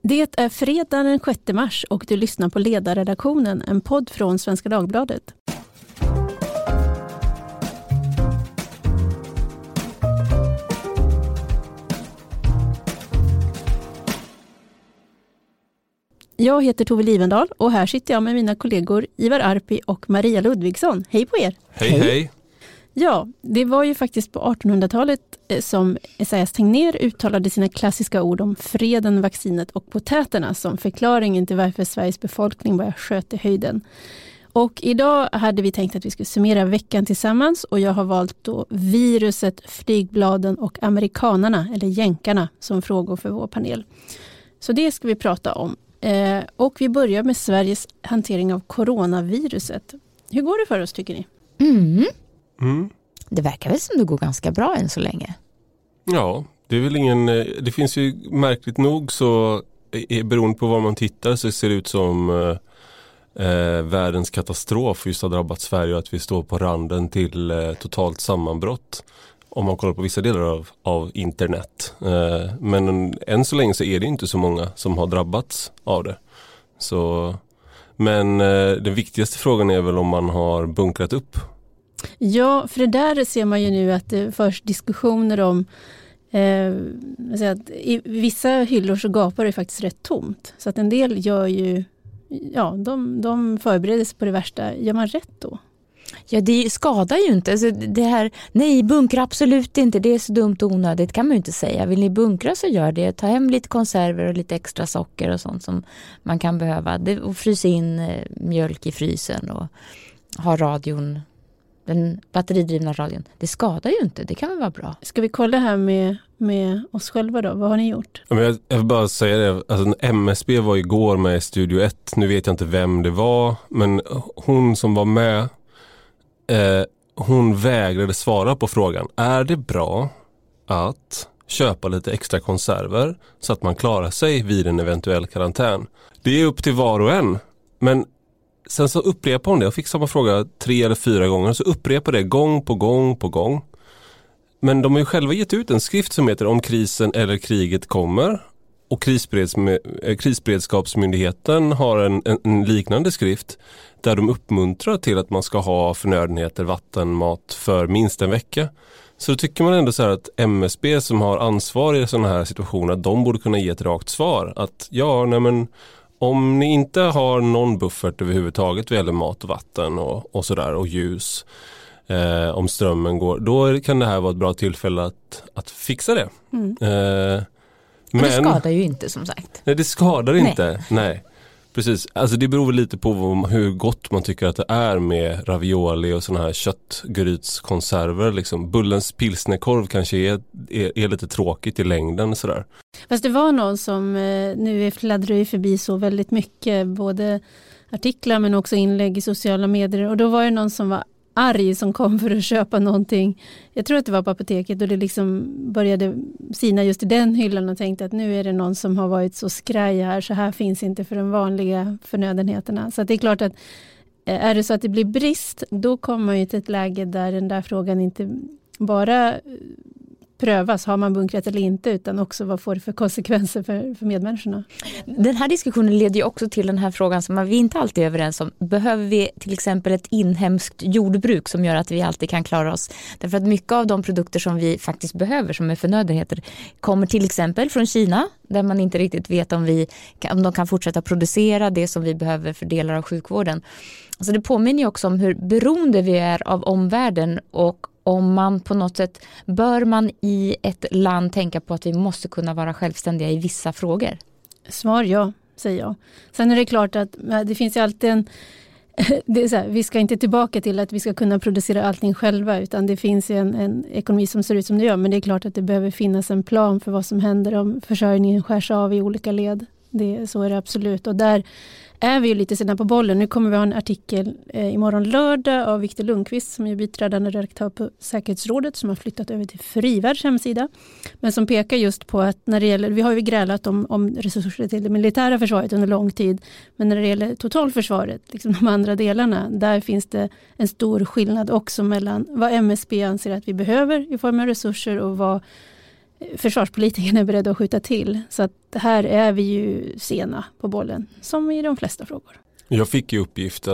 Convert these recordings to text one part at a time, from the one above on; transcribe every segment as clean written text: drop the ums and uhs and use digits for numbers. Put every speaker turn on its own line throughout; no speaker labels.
Det är fredag den 6 mars och du lyssnar på Ledarredaktionen, en podd från Svenska Dagbladet. Jag heter Tove Livendal och här sitter jag med mina kollegor Ivar Arpi och Maria Ludvigsson. Hej på er!
Hej, hej!
Ja, det var ju faktiskt på 1800-talet som Esaias Tegnér uttalade sina klassiska ord om freden, vaccinet och potäterna som förklaringen till varför Sveriges befolkning bara sköt i höjden. Och idag hade vi tänkt att vi skulle summera veckan tillsammans och jag har valt då viruset, flygbladen och amerikanarna eller jänkarna som frågor för vår panel. Så det ska vi prata om. Och vi börjar med Sveriges hantering av coronaviruset. Hur går det för oss tycker ni?
Det verkar väl som det går ganska bra än så länge.
Ja, det är väl det finns ju märkligt nog så beroende på var man tittar så ser det ut som världens katastrof just har drabbat Sverige och att vi står på randen till totalt sammanbrott om man kollar på vissa delar av internet. Men än så länge så är det inte så många som har drabbats av det. Men den viktigaste frågan är väl om man har bunkrat upp.
Ja, för det där ser man ju nu att det förs diskussioner om att i vissa hyllor så gapar det faktiskt rätt tomt. Så att en del gör ju, ja, de förbereder sig på det värsta. Gör man rätt då?
Ja, det skadar ju inte. Alltså det här, nej, bunkra absolut inte. Det är så dumt och onödigt kan man ju inte säga. Vill ni bunkra så gör det. Ta hem lite konserver och lite extra socker och sånt som man kan behöva. Och frysa in mjölk i frysen och ha radion, den batteridrivna radion. Det skadar ju inte. Det kan väl vara bra.
Ska vi kolla här med oss själva då? Vad har ni gjort?
Jag vill bara säga det. Alltså, MSB var igår med i Studio 1. Nu vet jag inte vem det var. Men hon som var med hon vägrade svara på frågan. Är det bra att köpa lite extra konserver så att man klarar sig vid en eventuell karantän? Det är upp till var och en. Men sen så upprepade hon det. Jag fick samma fråga 3 eller 4 gånger. Så upprepade det gång på gång på gång. Men de har ju själva gett ut en skrift som heter Om krisen eller kriget kommer. Och krisberedskapsmyndigheten har en liknande skrift där de uppmuntrar till att man ska ha förnödenheter, vatten, mat för minst en vecka. Så då tycker man ändå så här att MSB som har ansvar i sådana här situationer, de borde kunna ge ett rakt svar. Att ja, nej men om ni inte har någon buffert överhuvudtaget vad gäller mat och vatten och sådär och ljus, om strömmen går, då kan det här vara ett bra tillfälle att fixa det.
Men det skadar ju inte som sagt.
Nej, det skadar inte. Nej, precis. Alltså det beror väl lite på hur gott man tycker att det är med ravioli och såna här köttgrytskonserver. Liksom. Bullens pilsnerkorv kanske är lite tråkigt i längden. Sådär.
Fast det var någon som nu fladdrar förbi så väldigt mycket. Både artiklar men också inlägg i sociala medier. Och då var det någon som var arg som kom för att köpa någonting. Jag tror att det var på apoteket och det liksom började sina just i den hyllan och tänkte att nu är det någon som har varit så skraj här så här finns inte för de vanliga förnödenheterna. Så att det är klart att är det så att det blir brist då kommer man ju till ett läge där den där frågan inte bara prövas, har man bunkrat eller inte, utan också vad får det för konsekvenser för medmänniskorna.
Den här diskussionen leder ju också till den här frågan som vi inte alltid är överens om. Behöver vi till exempel ett inhemskt jordbruk som gör att vi alltid kan klara oss? Därför att mycket av de produkter som vi faktiskt behöver som är förnödenheter kommer till exempel från Kina, där man inte riktigt vet om de kan fortsätta producera det som vi behöver för delar av sjukvården. Alltså det påminner ju också om hur beroende vi är av omvärlden och om man på något sätt bör man i ett land tänka på att vi måste kunna vara självständiga i vissa frågor?
Svar ja, säger jag. Sen är det klart att det finns ju alltid det är så här, vi ska inte tillbaka till att vi ska kunna producera allting själva utan det finns ju en ekonomi som ser ut som det gör. Men det är klart att det behöver finnas en plan för vad som händer om försörjningen skärs av i olika led. Så är det absolut. Och där är vi ju lite sedan på bollen. Nu kommer vi ha en artikel imorgon lördag av Viktor Lundqvist som är biträdande redaktör på Säkerhetsrådet som har flyttat över till Frivärds hemsida. Men som pekar just på att när det gäller, vi har ju grälat om resurser till det militära försvaret under lång tid. Men när det gäller totalförsvaret, liksom de andra delarna, där finns det en stor skillnad också mellan vad MSB anser att vi behöver i form av resurser och vad försvarspolitikerna är beredda att skjuta till. Så att här är vi ju sena på bollen, som i de flesta frågor.
Jag fick ju uppgift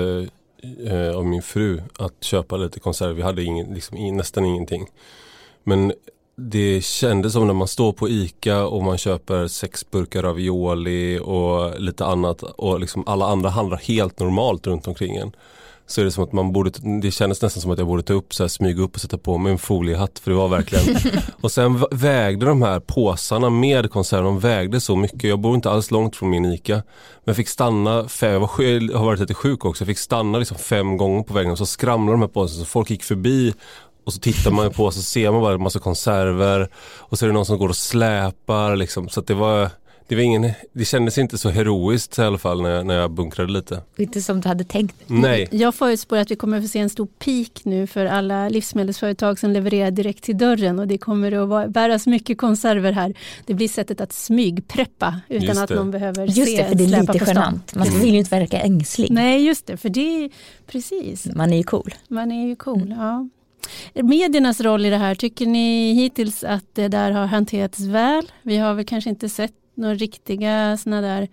av min fru att köpa lite konserver. Vi hade nästan ingenting. Men det kändes som när man står på ICA och man köper 6 burkar ravioli och lite annat och liksom alla andra handlar helt normalt runt omkring en. Så är det som att det kändes nästan som att jag borde ta upp så här, smyga upp och sätta på mig en foliehatt, för det var verkligen. Och sen vägde de här påsarna med konserver, de vägde så mycket. Jag bor inte alls långt från min ICA, men jag fick stanna jag har varit lite sjuk också. Jag fick stanna liksom 5 gånger på vägen och så skramlade de här påsarna, så folk gick förbi. Och så tittar man på och så ser man bara en massa konserver. Och så är det någon som går och släpar. Liksom. Så att det kändes inte så heroiskt i alla fall när jag bunkrade lite.
Inte som du hade tänkt.
Nej.
Jag förutspår att vi kommer att få se en stor peak nu för alla livsmedelsföretag som levererar direkt till dörren. Och det kommer att bäras mycket konserver här. Det blir sättet att smygpreppa utan att någon behöver
just det, för det är lite genant. Man vill ju inte verka ängslig.
Nej, just det. För det är precis.
Man är ju cool.
Ja. Mediernas roll i det här, tycker ni hittills att det där har hanterats väl? Vi har väl kanske inte sett några riktiga såna där...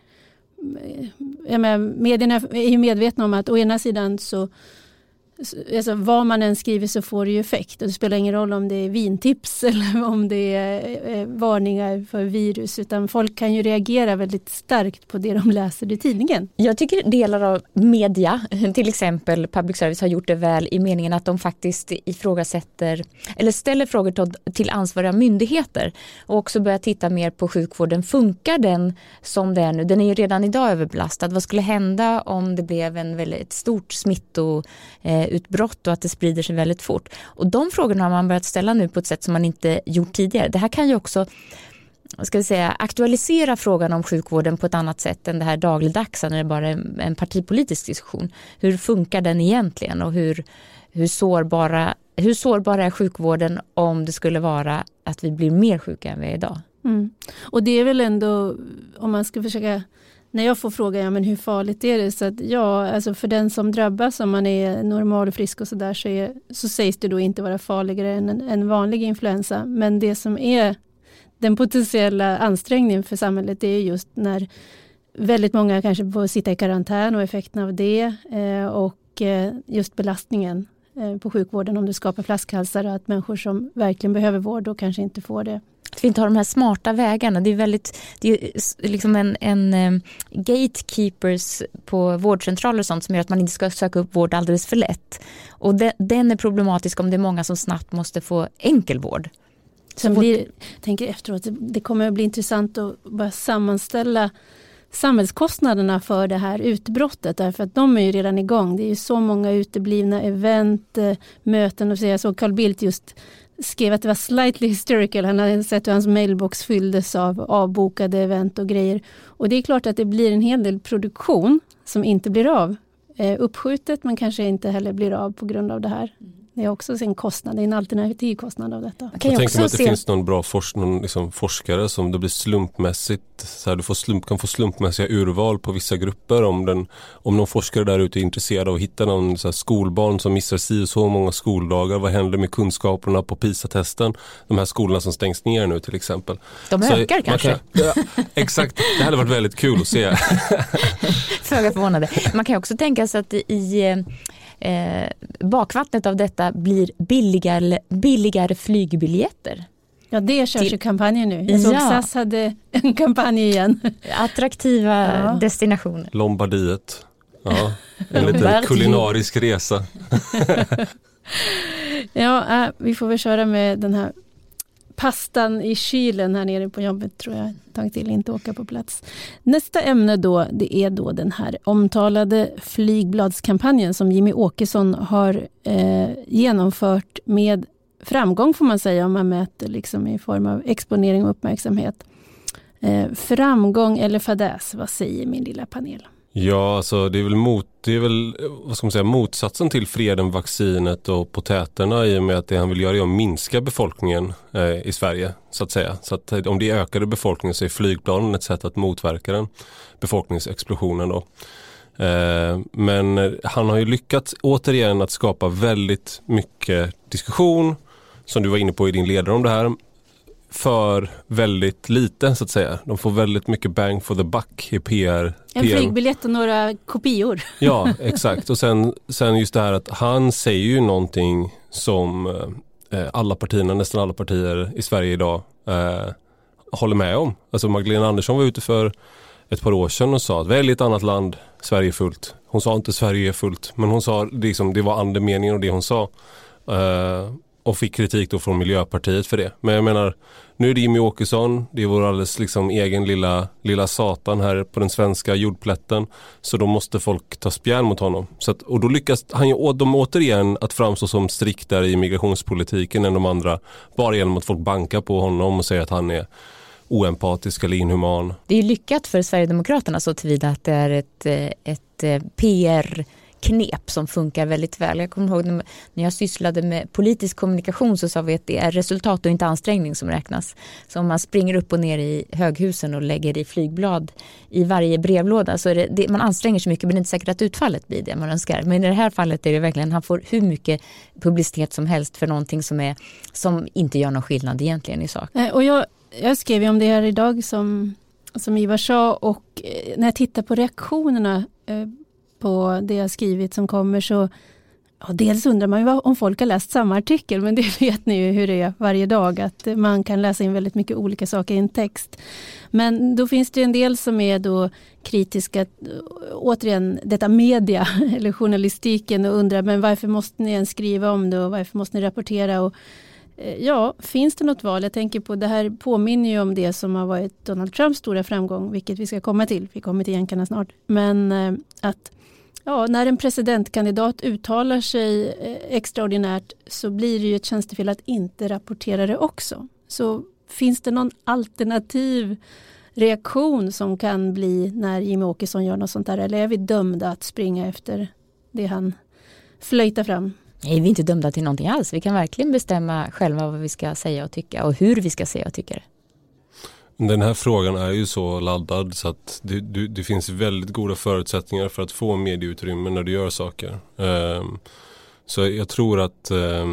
medierna är ju medvetna om att å ena sidan så... Alltså vad man än skriver så får det ju effekt. Och det spelar ingen roll om det är vintips eller om det är varningar för virus. Utan folk kan ju reagera väldigt starkt på det de läser i tidningen.
Jag tycker delar av media, till exempel public service, har gjort det väl i meningen att de faktiskt ifrågasätter eller ställer frågor till ansvariga myndigheter. Och också börjar titta mer på sjukvården. Funkar den som det är nu? Den är ju redan idag överbelastad. Vad skulle hända om det blev en väldigt stort utbrott och att det sprider sig väldigt fort. Och de frågorna har man börjat ställa nu på ett sätt som man inte gjort tidigare. Det här kan ju också aktualisera frågan om sjukvården på ett annat sätt än det här dagligdags när det bara är en partipolitisk diskussion. Hur funkar den egentligen och hur sårbar är sjukvården om det skulle vara att vi blir mer sjuka än vi är idag?
Mm. Och det är väl ändå, om man ska försöka... När jag får fråga, men hur farligt är det? Så att alltså för den som drabbas, om man är normal och frisk och sådär, så sägs det då inte vara farligare än en vanlig influensa. Men det som är den potentiella ansträngningen för samhället är just när väldigt många kanske får sitta i karantän och effekten av det och just belastningen på sjukvården om det skapar flaskhalsar och att människor som verkligen behöver vård då kanske inte får det.
Att vi inte har de här smarta vägarna. Det är liksom en gatekeepers på vårdcentraler och sånt som gör att man inte ska söka upp vård alldeles för lätt. Och den är problematisk om det är många som snabbt måste få enkel vård.
Jag tänker efteråt, det kommer att bli intressant att bara sammanställa samhällskostnaderna för det här utbrottet, därför att de är ju redan igång. Det är ju så många uteblivna event, möten och så. Jag såg Carl Bildt just skrev att det var slightly hysterical. Han hade sett hur hans mailbox fylldes av avbokade event och grejer. Och det är klart att det blir en hel del produktion som inte blir av. Uppskjutet, men kanske inte heller blir av på grund av det här. Det är också sin kostnad, det är en alternativ kostnad av detta.
Jag tänker mig att det finns någon bra forskare som det blir slumpmässigt, så här, kan få slumpmässiga urval på vissa grupper om någon forskare där ute är intresserad av att hitta någon så här, skolbarn som missar så många skoldagar. Vad händer med kunskaperna på PISA-testen? De här skolorna som stängs ner nu till exempel.
De ökar kanske.
Exakt, det hade varit väldigt kul att se.
Föga förvånande. Man kan också tänka sig att i bakvattnet av detta blir billigare flygbiljetter.
Ja, det körs i kampanjen nu. Jag såg SAS hade en kampanj igen.
Attraktiva destinationer.
Lombardiet. Ja, en liten kulinarisk resa.
Vi får väl köra med den här pastan i kylen här nere på jobbet, tror jag. Tagit till inte åka på plats. Nästa ämne då, det är då den här omtalade flygbladskampanjen som Jimmy Åkesson har genomfört med framgång, får man säga, om man mäter liksom i form av exponering och uppmärksamhet. Framgång eller fadäs, vad säger min lilla panel?
Ja, alltså det är väl vad ska man säga, motsatsen till freden, vaccinet och potäterna, i och med att det han vill göra är att minska befolkningen i Sverige, så att säga. Så att om det ökade befolkningen så är flygplanen ett sätt att motverka den befolkningsexplosionen då. Men han har ju lyckats återigen att skapa väldigt mycket diskussion, som du var inne på i din ledare om det här. för väldigt lite så att säga. De får väldigt mycket bang for the buck i PR.
En flygbiljett och några kopior.
Ja, exakt. Och sen just det här att han säger ju någonting som nästan alla partier i Sverige idag håller med om. Alltså Magdalena Andersson var ute för ett par år sedan och sa att välj ett annat land, Sverige är fullt. Hon sa inte Sverige är fullt, men hon sa liksom, det var andemeningen och det hon sa. Och fick kritik då från Miljöpartiet för det. Men jag menar, nu är det Jimmie Åkesson, det är vår alldeles liksom egen lilla satan här på den svenska jordplätten. Så då måste folk ta spjärn mot honom. Och då lyckas de återigen att framstå som striktare i migrationspolitiken än de andra. Bara genom att folk bankar på honom och säger att han är oempatisk eller inhuman.
Det är lyckat för Sverigedemokraterna så tillvida att det är ett PR-knep som funkar väldigt väl. Jag kommer ihåg när jag sysslade med politisk kommunikation så sa vi att det är resultat och inte ansträngning som räknas. Så om man springer upp och ner i höghusen och lägger i flygblad i varje brevlåda så är det man anstränger sig mycket men det är inte säkert att utfallet blir det man önskar. Men i det här fallet är det verkligen han får hur mycket publicitet som helst för någonting som inte gör någon skillnad egentligen i sak.
Och jag skrev ju om det här idag som Ivar sa och när jag tittar på reaktionerna på det jag skrivit som kommer så dels undrar man ju om folk har läst samma artikel men det vet ni ju hur det är varje dag att man kan läsa in väldigt mycket olika saker i en text. Men då finns det en del som är då kritiska återigen detta media eller journalistiken och undrar men varför måste ni ens skriva om det och varför måste ni rapportera och ja, finns det något val? Jag tänker på det här påminner ju om det som har varit Donald Trumps stora framgång, vilket vi ska komma till. Vi kommer till jänkarna snart. Men att när en presidentkandidat uttalar sig extraordinärt så blir det ju ett tjänstefel att inte rapportera det också. Så finns det någon alternativ reaktion som kan bli när Jimmie Åkesson gör något sånt där? Eller är vi dömda att springa efter det han flöjtar fram?
Nej, vi är inte dömda till någonting alls. Vi kan verkligen bestämma själva vad vi ska säga och tycka och hur vi ska säga och tycka det.
Den här frågan är ju så laddad så att det finns väldigt goda förutsättningar för att få medieutrymme när du gör saker. Så jag tror att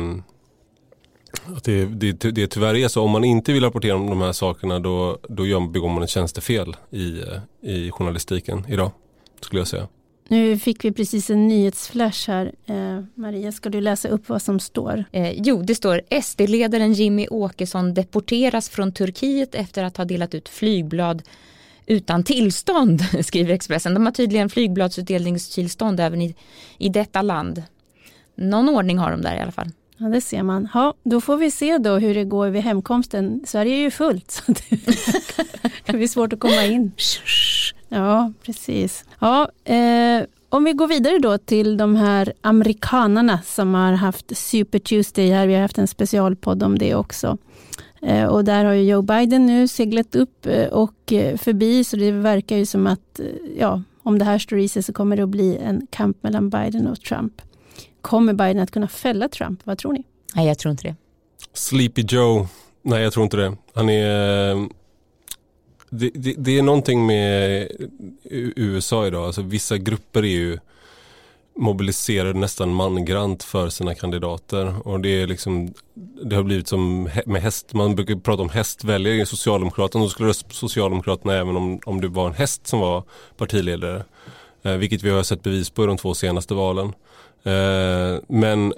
det tyvärr är så. Om man inte vill rapportera om de här sakerna då begår man ett tjänstefel i journalistiken idag, skulle jag säga.
Nu fick vi precis en nyhetsflash här. Maria, ska du läsa upp vad som står?
Jo, det står SD-ledaren Jimmie Åkesson deporteras från Turkiet efter att ha delat ut flygblad utan tillstånd, skriver Expressen. De har tydligen flygbladsutdelningstillstånd även i detta land. Någon ordning har de där i alla fall.
Ja, det ser man. Ja, då får vi se då hur det går vid hemkomsten. Sverige är ju fullt så det blir svårt att komma in. Ja, precis. Ja, om vi går vidare då till de här amerikanerna som har haft Super Tuesday här. Vi har haft en specialpodd om det också. Och där har ju Joe Biden nu seglat upp och förbi så det verkar ju som att om det här står i sig så kommer det att bli en kamp mellan Biden och Trump. Kommer Biden att kunna fälla Trump? Vad tror ni?
Nej, jag tror inte det.
Sleepy Joe. Nej, jag tror inte det. Han är... Det är någonting med USA idag. Alltså, vissa grupper är ju mobiliserade nästan mangrant för sina kandidater. Och det är liksom... Det har blivit som med häst. Man brukar prata om hästväljare i Socialdemokraterna. Så skulle rösta på Socialdemokraterna även om det var en häst som var partiledare. Vilket vi har sett bevis på i de 2 senaste valen. Men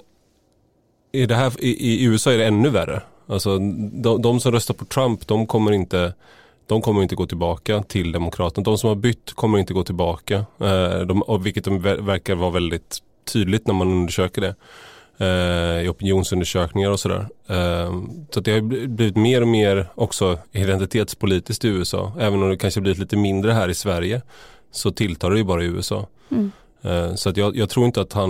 i USA är det ännu värre. Alltså, de som röstar på Trump, de kommer inte gå tillbaka till demokraterna. De som har bytt kommer inte gå tillbaka. Vilket verkar vara väldigt tydligt när man undersöker det. I opinionsundersökningar och sådär. Så det har blivit mer och mer också identitetspolitiskt i USA. Även om det kanske blivit lite mindre här i Sverige så tilltar det ju bara i USA. Mm. Så att jag tror inte att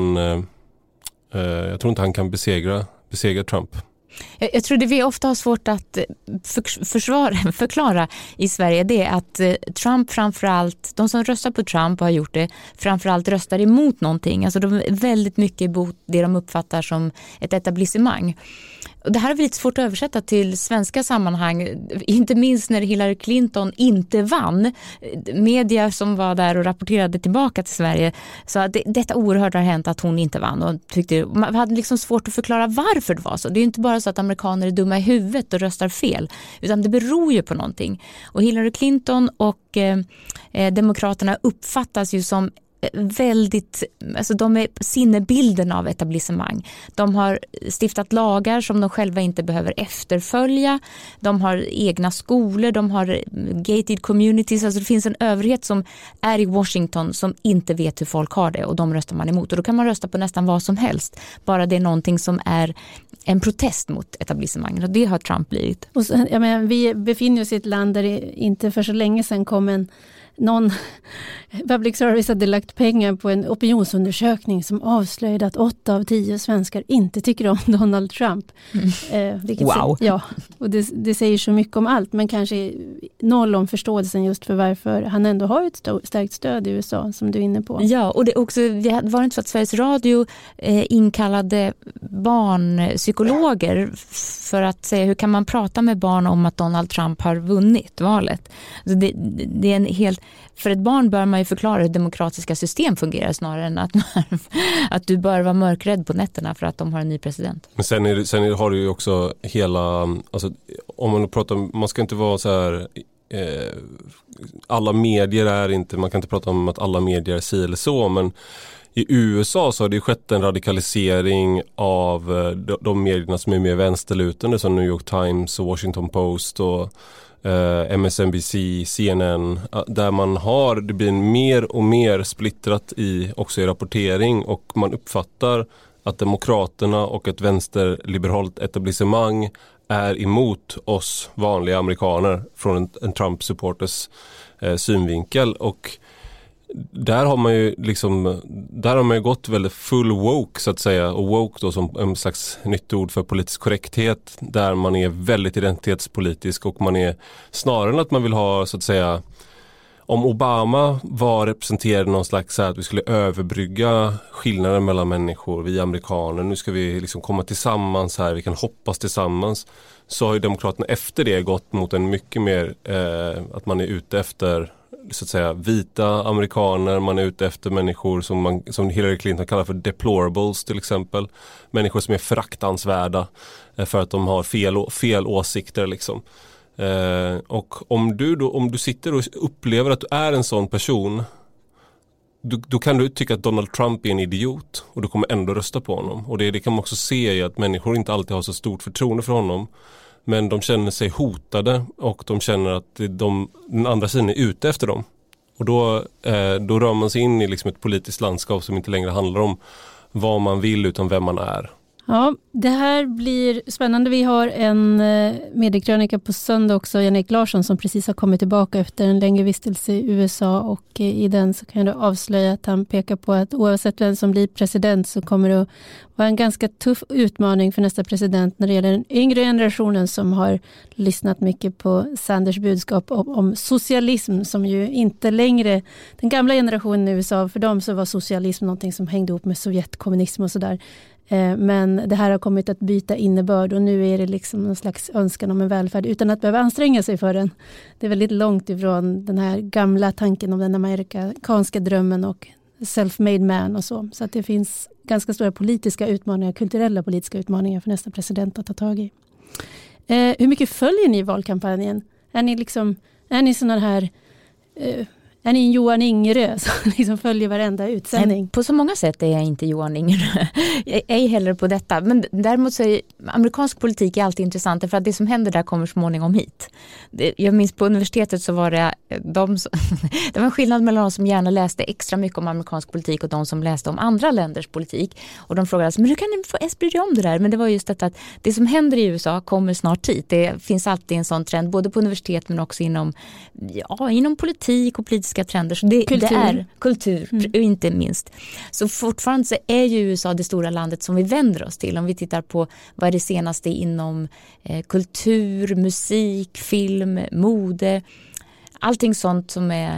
han kan besegra Trump.
Jag tror det vi ofta har svårt att förklara i Sverige det är att Trump framförallt, de som röstar på Trump har gjort det, framförallt röstar emot någonting. Alltså de är väldigt mycket emot det de uppfattar som ett etablissemang. Det här är lite svårt att översätta till svenska sammanhang, inte minst när Hillary Clinton inte vann. Media som var där och rapporterade tillbaka till Sverige så att detta oerhört har hänt att hon inte vann och man hade liksom svårt att förklara varför det var så. Det är inte bara så att amerikaner är dumma i huvudet och röstar fel, utan det beror ju på någonting. Och Hillary Clinton och demokraterna uppfattas ju som väldigt, alltså de är sinnebilden av etablissemang. De har stiftat lagar som de själva inte behöver efterfölja. De har egna skolor, de har gated communities. Alltså det finns en överhet som är i Washington som inte vet hur folk har det och de röstar man emot. Och då kan man rösta på nästan vad som helst. Bara det är någonting som är en protest mot etablissemangen och det har Trump blivit.
Och så, jag menar, vi befinner oss i ett land där det inte för så länge sedan kom någon public service hade lagt pengar på en opinionsundersökning som avslöjade att 8 av 10 svenskar inte tycker om Donald Trump.
Wow!
Ja, och det säger så mycket om allt, men kanske noll om förståelsen just för varför han ändå har ett starkt stöd i USA som du är inne på.
Ja, och det också, var det inte så att Sveriges Radio inkallade barnpsykologer för att säga hur kan man prata med barn om att Donald Trump har vunnit valet? Alltså det är en helt, för ett barn bör man ju förklara hur demokratiska system fungerar snarare än att du bör vara mörkrädd på nätterna för att de har en ny president.
Men sen har du ju också hela, alltså, om man pratar, man ska inte vara så här, alla medier är inte, man kan inte prata om att alla medier är si eller så, men i USA så har det skett en radikalisering av de medierna som är mer vänsterlutande som New York Times och Washington Post och MSNBC, CNN, där det blir mer och mer splittrat också i rapportering och man uppfattar att demokraterna och ett vänsterliberalt etablissemang är emot oss vanliga amerikaner från en Trump-supporters synvinkel och där har man ju gått väldigt full woke så att säga, och woke då som en slags nytt ord för politisk korrekthet där man är väldigt identitetspolitisk och man är snarare än att man vill ha så att säga, om Obama representerade någon slags så här, att vi skulle överbrygga skillnaden mellan människor, vi amerikaner, nu ska vi liksom komma tillsammans här, vi kan hoppas tillsammans, så har ju demokraterna efter det gått mot en mycket mer att man är ute efter så att säga vita amerikaner, man är ute efter människor som Hillary Clinton kallar för deplorables till exempel, människor som är föraktansvärda för att de har fel åsikter liksom. Och om du sitter och upplever att du är en sån person, då kan du tycka att Donald Trump är en idiot och du kommer ändå rösta på honom. Och det kan man också se i att människor inte alltid har så stort förtroende för honom. Men de känner sig hotade och de känner att den andra sidan är ute efter dem. Och då rör man sig in i liksom ett politiskt landskap som inte längre handlar om vad man vill utan vem man är. Ja,
det här blir spännande. Vi har en mediekrönika på söndag också, Jan-Erik Larsson, som precis har kommit tillbaka efter en längre vistelse i USA, och i den så kan jag avslöja att han pekar på att oavsett vem som blir president så kommer det att vara en ganska tuff utmaning för nästa president när det gäller den yngre generationen som har lyssnat mycket på Sanders budskap om socialism, som ju inte längre, den gamla generationen i USA, för dem så var socialism någonting som hängde ihop med Sovjetkommunism och sådär. Men det här har kommit att byta innebörd och nu är det liksom en slags önskan om en välfärd utan att behöva anstränga sig för den. Det är väldigt långt ifrån den här gamla tanken om den amerikanska drömmen och self-made man och så. Så att det finns ganska stora politiska utmaningar, kulturella politiska utmaningar för nästa president att ta tag i. Hur mycket följer ni valkampanjen? Är ni sådana här... Är ni en Johan Ingerö som liksom följer varenda utsändning?
På så många sätt är jag inte Johan Ingerö. Jag är heller på detta. Men däremot så är amerikansk politik är alltid intressant för att det som händer där kommer småningom hit. Jag minns på universitetet så var det det var en skillnad mellan de som gärna läste extra mycket om amerikansk politik och de som läste om andra länders politik. Och de frågade alltså, men hur kan ni få bry dig om det där? Men det var just detta att det som händer i USA kommer snart hit. Det finns alltid en sån trend både på universitet men också inom politik och politiska trender. Så det är kultur, inte minst. Så fortfarande så är ju USA det stora landet som vi vänder oss till. Om vi tittar på vad är det senaste inom kultur, musik, film, mode. Allting sånt som är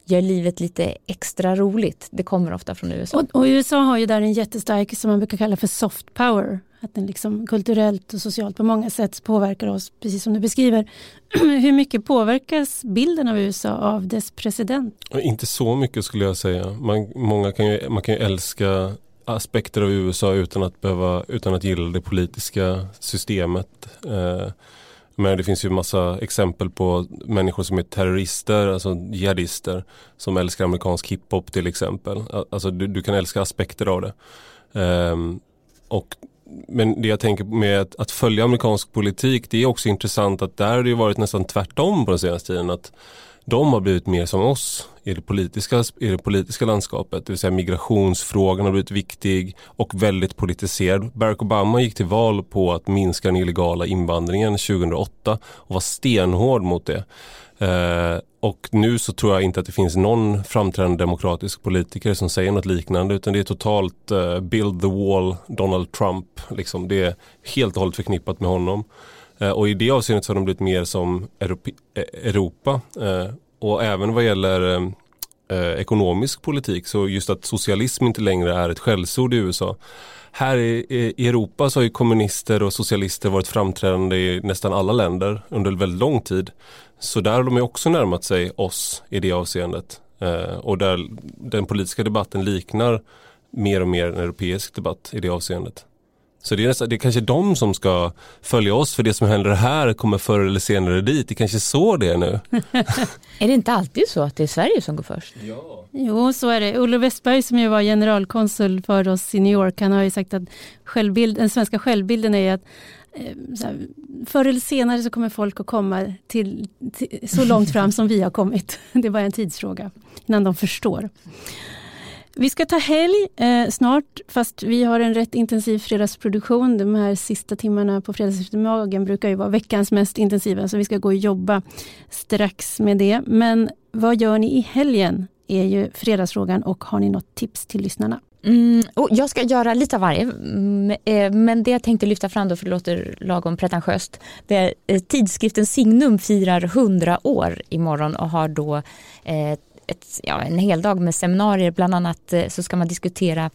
gör livet lite extra roligt. Det kommer ofta från USA.
Och USA har ju där en jättestark, som man brukar kalla för soft power. Att den liksom kulturellt och socialt på många sätt påverkar oss, precis som du beskriver. Hur mycket påverkas bilden av USA av dess president?
Inte så mycket skulle jag säga. Man kan ju älska aspekter av USA utan att gilla det politiska systemet. Men det finns ju massa exempel på människor som är terrorister, alltså jihadister, som älskar amerikansk hiphop till exempel. Alltså du kan älska aspekter av det. Men det jag tänker med att följa amerikansk politik, det är också intressant att där har det ju varit nästan tvärtom på den senaste tiden, att de har blivit mer som oss i det politiska landskapet. Det vill säga migrationsfrågan har blivit viktig och väldigt politiserad. Barack Obama gick till val på att minska den illegala invandringen 2008 och var stenhård mot det. Och nu så tror jag inte att det finns någon framträdande demokratisk politiker som säger något liknande, utan det är totalt build the wall Donald Trump. Liksom. Det är helt och hållet förknippat med honom. Och i det avseendet så har de blivit mer som Europa. Och även vad gäller ekonomisk politik, så just att socialism inte längre är ett skällsord i USA. Här i Europa så har ju kommunister och socialister varit framträdande i nästan alla länder under väldigt lång tid. Så där har de ju också närmat sig oss i det avseendet. Och där den politiska debatten liknar mer och mer en europeisk debatt i det avseendet. Så det är kanske de som ska följa oss, för det som händer här kommer förr eller senare dit. Det kanske så det är nu.
Är det inte alltid så att det är Sverige som går först?
Ja.
Jo, så är det. Olle Westberg som ju var generalkonsul för oss i New York, han har ju sagt att den svenska självbilden är att förr eller senare så kommer folk att komma till så långt fram som vi har kommit. Det är bara en tidsfråga innan de förstår. Vi ska ta helg snart, fast vi har en rätt intensiv fredagsproduktion. De här sista timmarna på fredagseftermiddagen brukar ju vara veckans mest intensiva, så vi ska gå och jobba strax med det. Men vad gör ni i helgen är ju fredagsfrågan, och har ni något tips till lyssnarna?
Jag ska göra lite av varje, men det jag tänkte lyfta fram då, för det låter lagom pretentiöst, det är tidskriften Signum firar 100 år imorgon och har då en hel dag med seminarier. Bland annat så ska man diskutera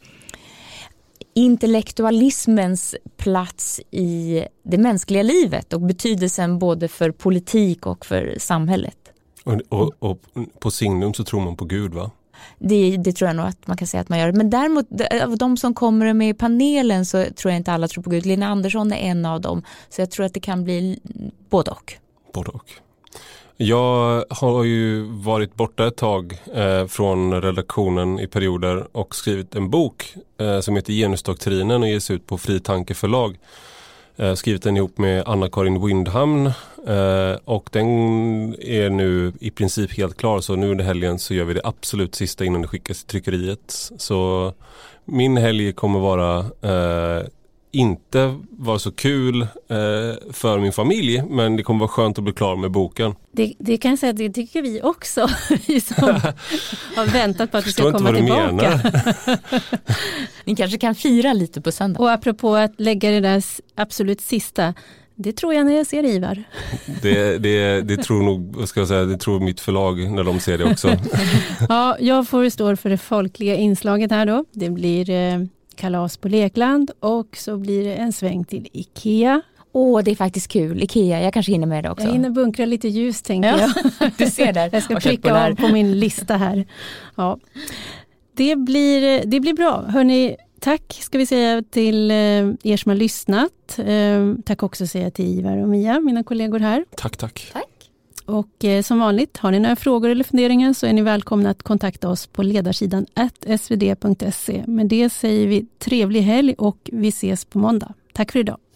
intellektualismens plats i det mänskliga livet och betydelsen både för politik och för samhället.
Och på Signum så tror man på Gud, va?
Det tror jag nog att man kan säga att man gör. Men däremot, av de som kommer med i panelen så tror jag inte alla tror på Gud. Lena Andersson är en av dem. Så jag tror att det kan bli både och.
Både och. Jag har ju varit borta ett tag från redaktionen i perioder och skrivit en bok som heter Genusdoktrinen och ges ut på Fri Tanke förlag. Skrivit den ihop med Anna-Karin Windhamn och den är nu i princip helt klar, så nu under helgen så gör vi det absolut sista innan det skickas till tryckeriet. Så min helg kommer vara inte vara så kul för min familj, men det kommer vara skönt att bli klar med boken.
Det kan jag säga att det tycker vi också, vi som har väntat på att vi ska komma tillbaka.
Ni kanske kan fira lite på söndag.
Och apropå att lägga det där absolut sista, det tror jag när jag ser Ivar.
Det tror nog, vad ska jag säga, det tror mitt förlag när de ser det också.
Ja, jag får stå för det folkliga inslaget här då. Det blir kalas på Lekland och så blir det en sväng till Ikea.
Det är faktiskt kul. Ikea, jag kanske hinner med det också.
Jag hinner bunkra lite ljus, tänker jag.
Du ser där.
Jag ska pricka av på min lista här. Ja. Det blir bra. Hörrni, tack ska vi säga till er som har lyssnat. Tack också säga till Ivar och Mia, mina kollegor här.
Tack.
Och som vanligt, har ni några frågor eller funderingar så är ni välkomna att kontakta oss på ledarsidan @svd.se. Med det säger vi trevlig helg och vi ses på måndag. Tack för idag.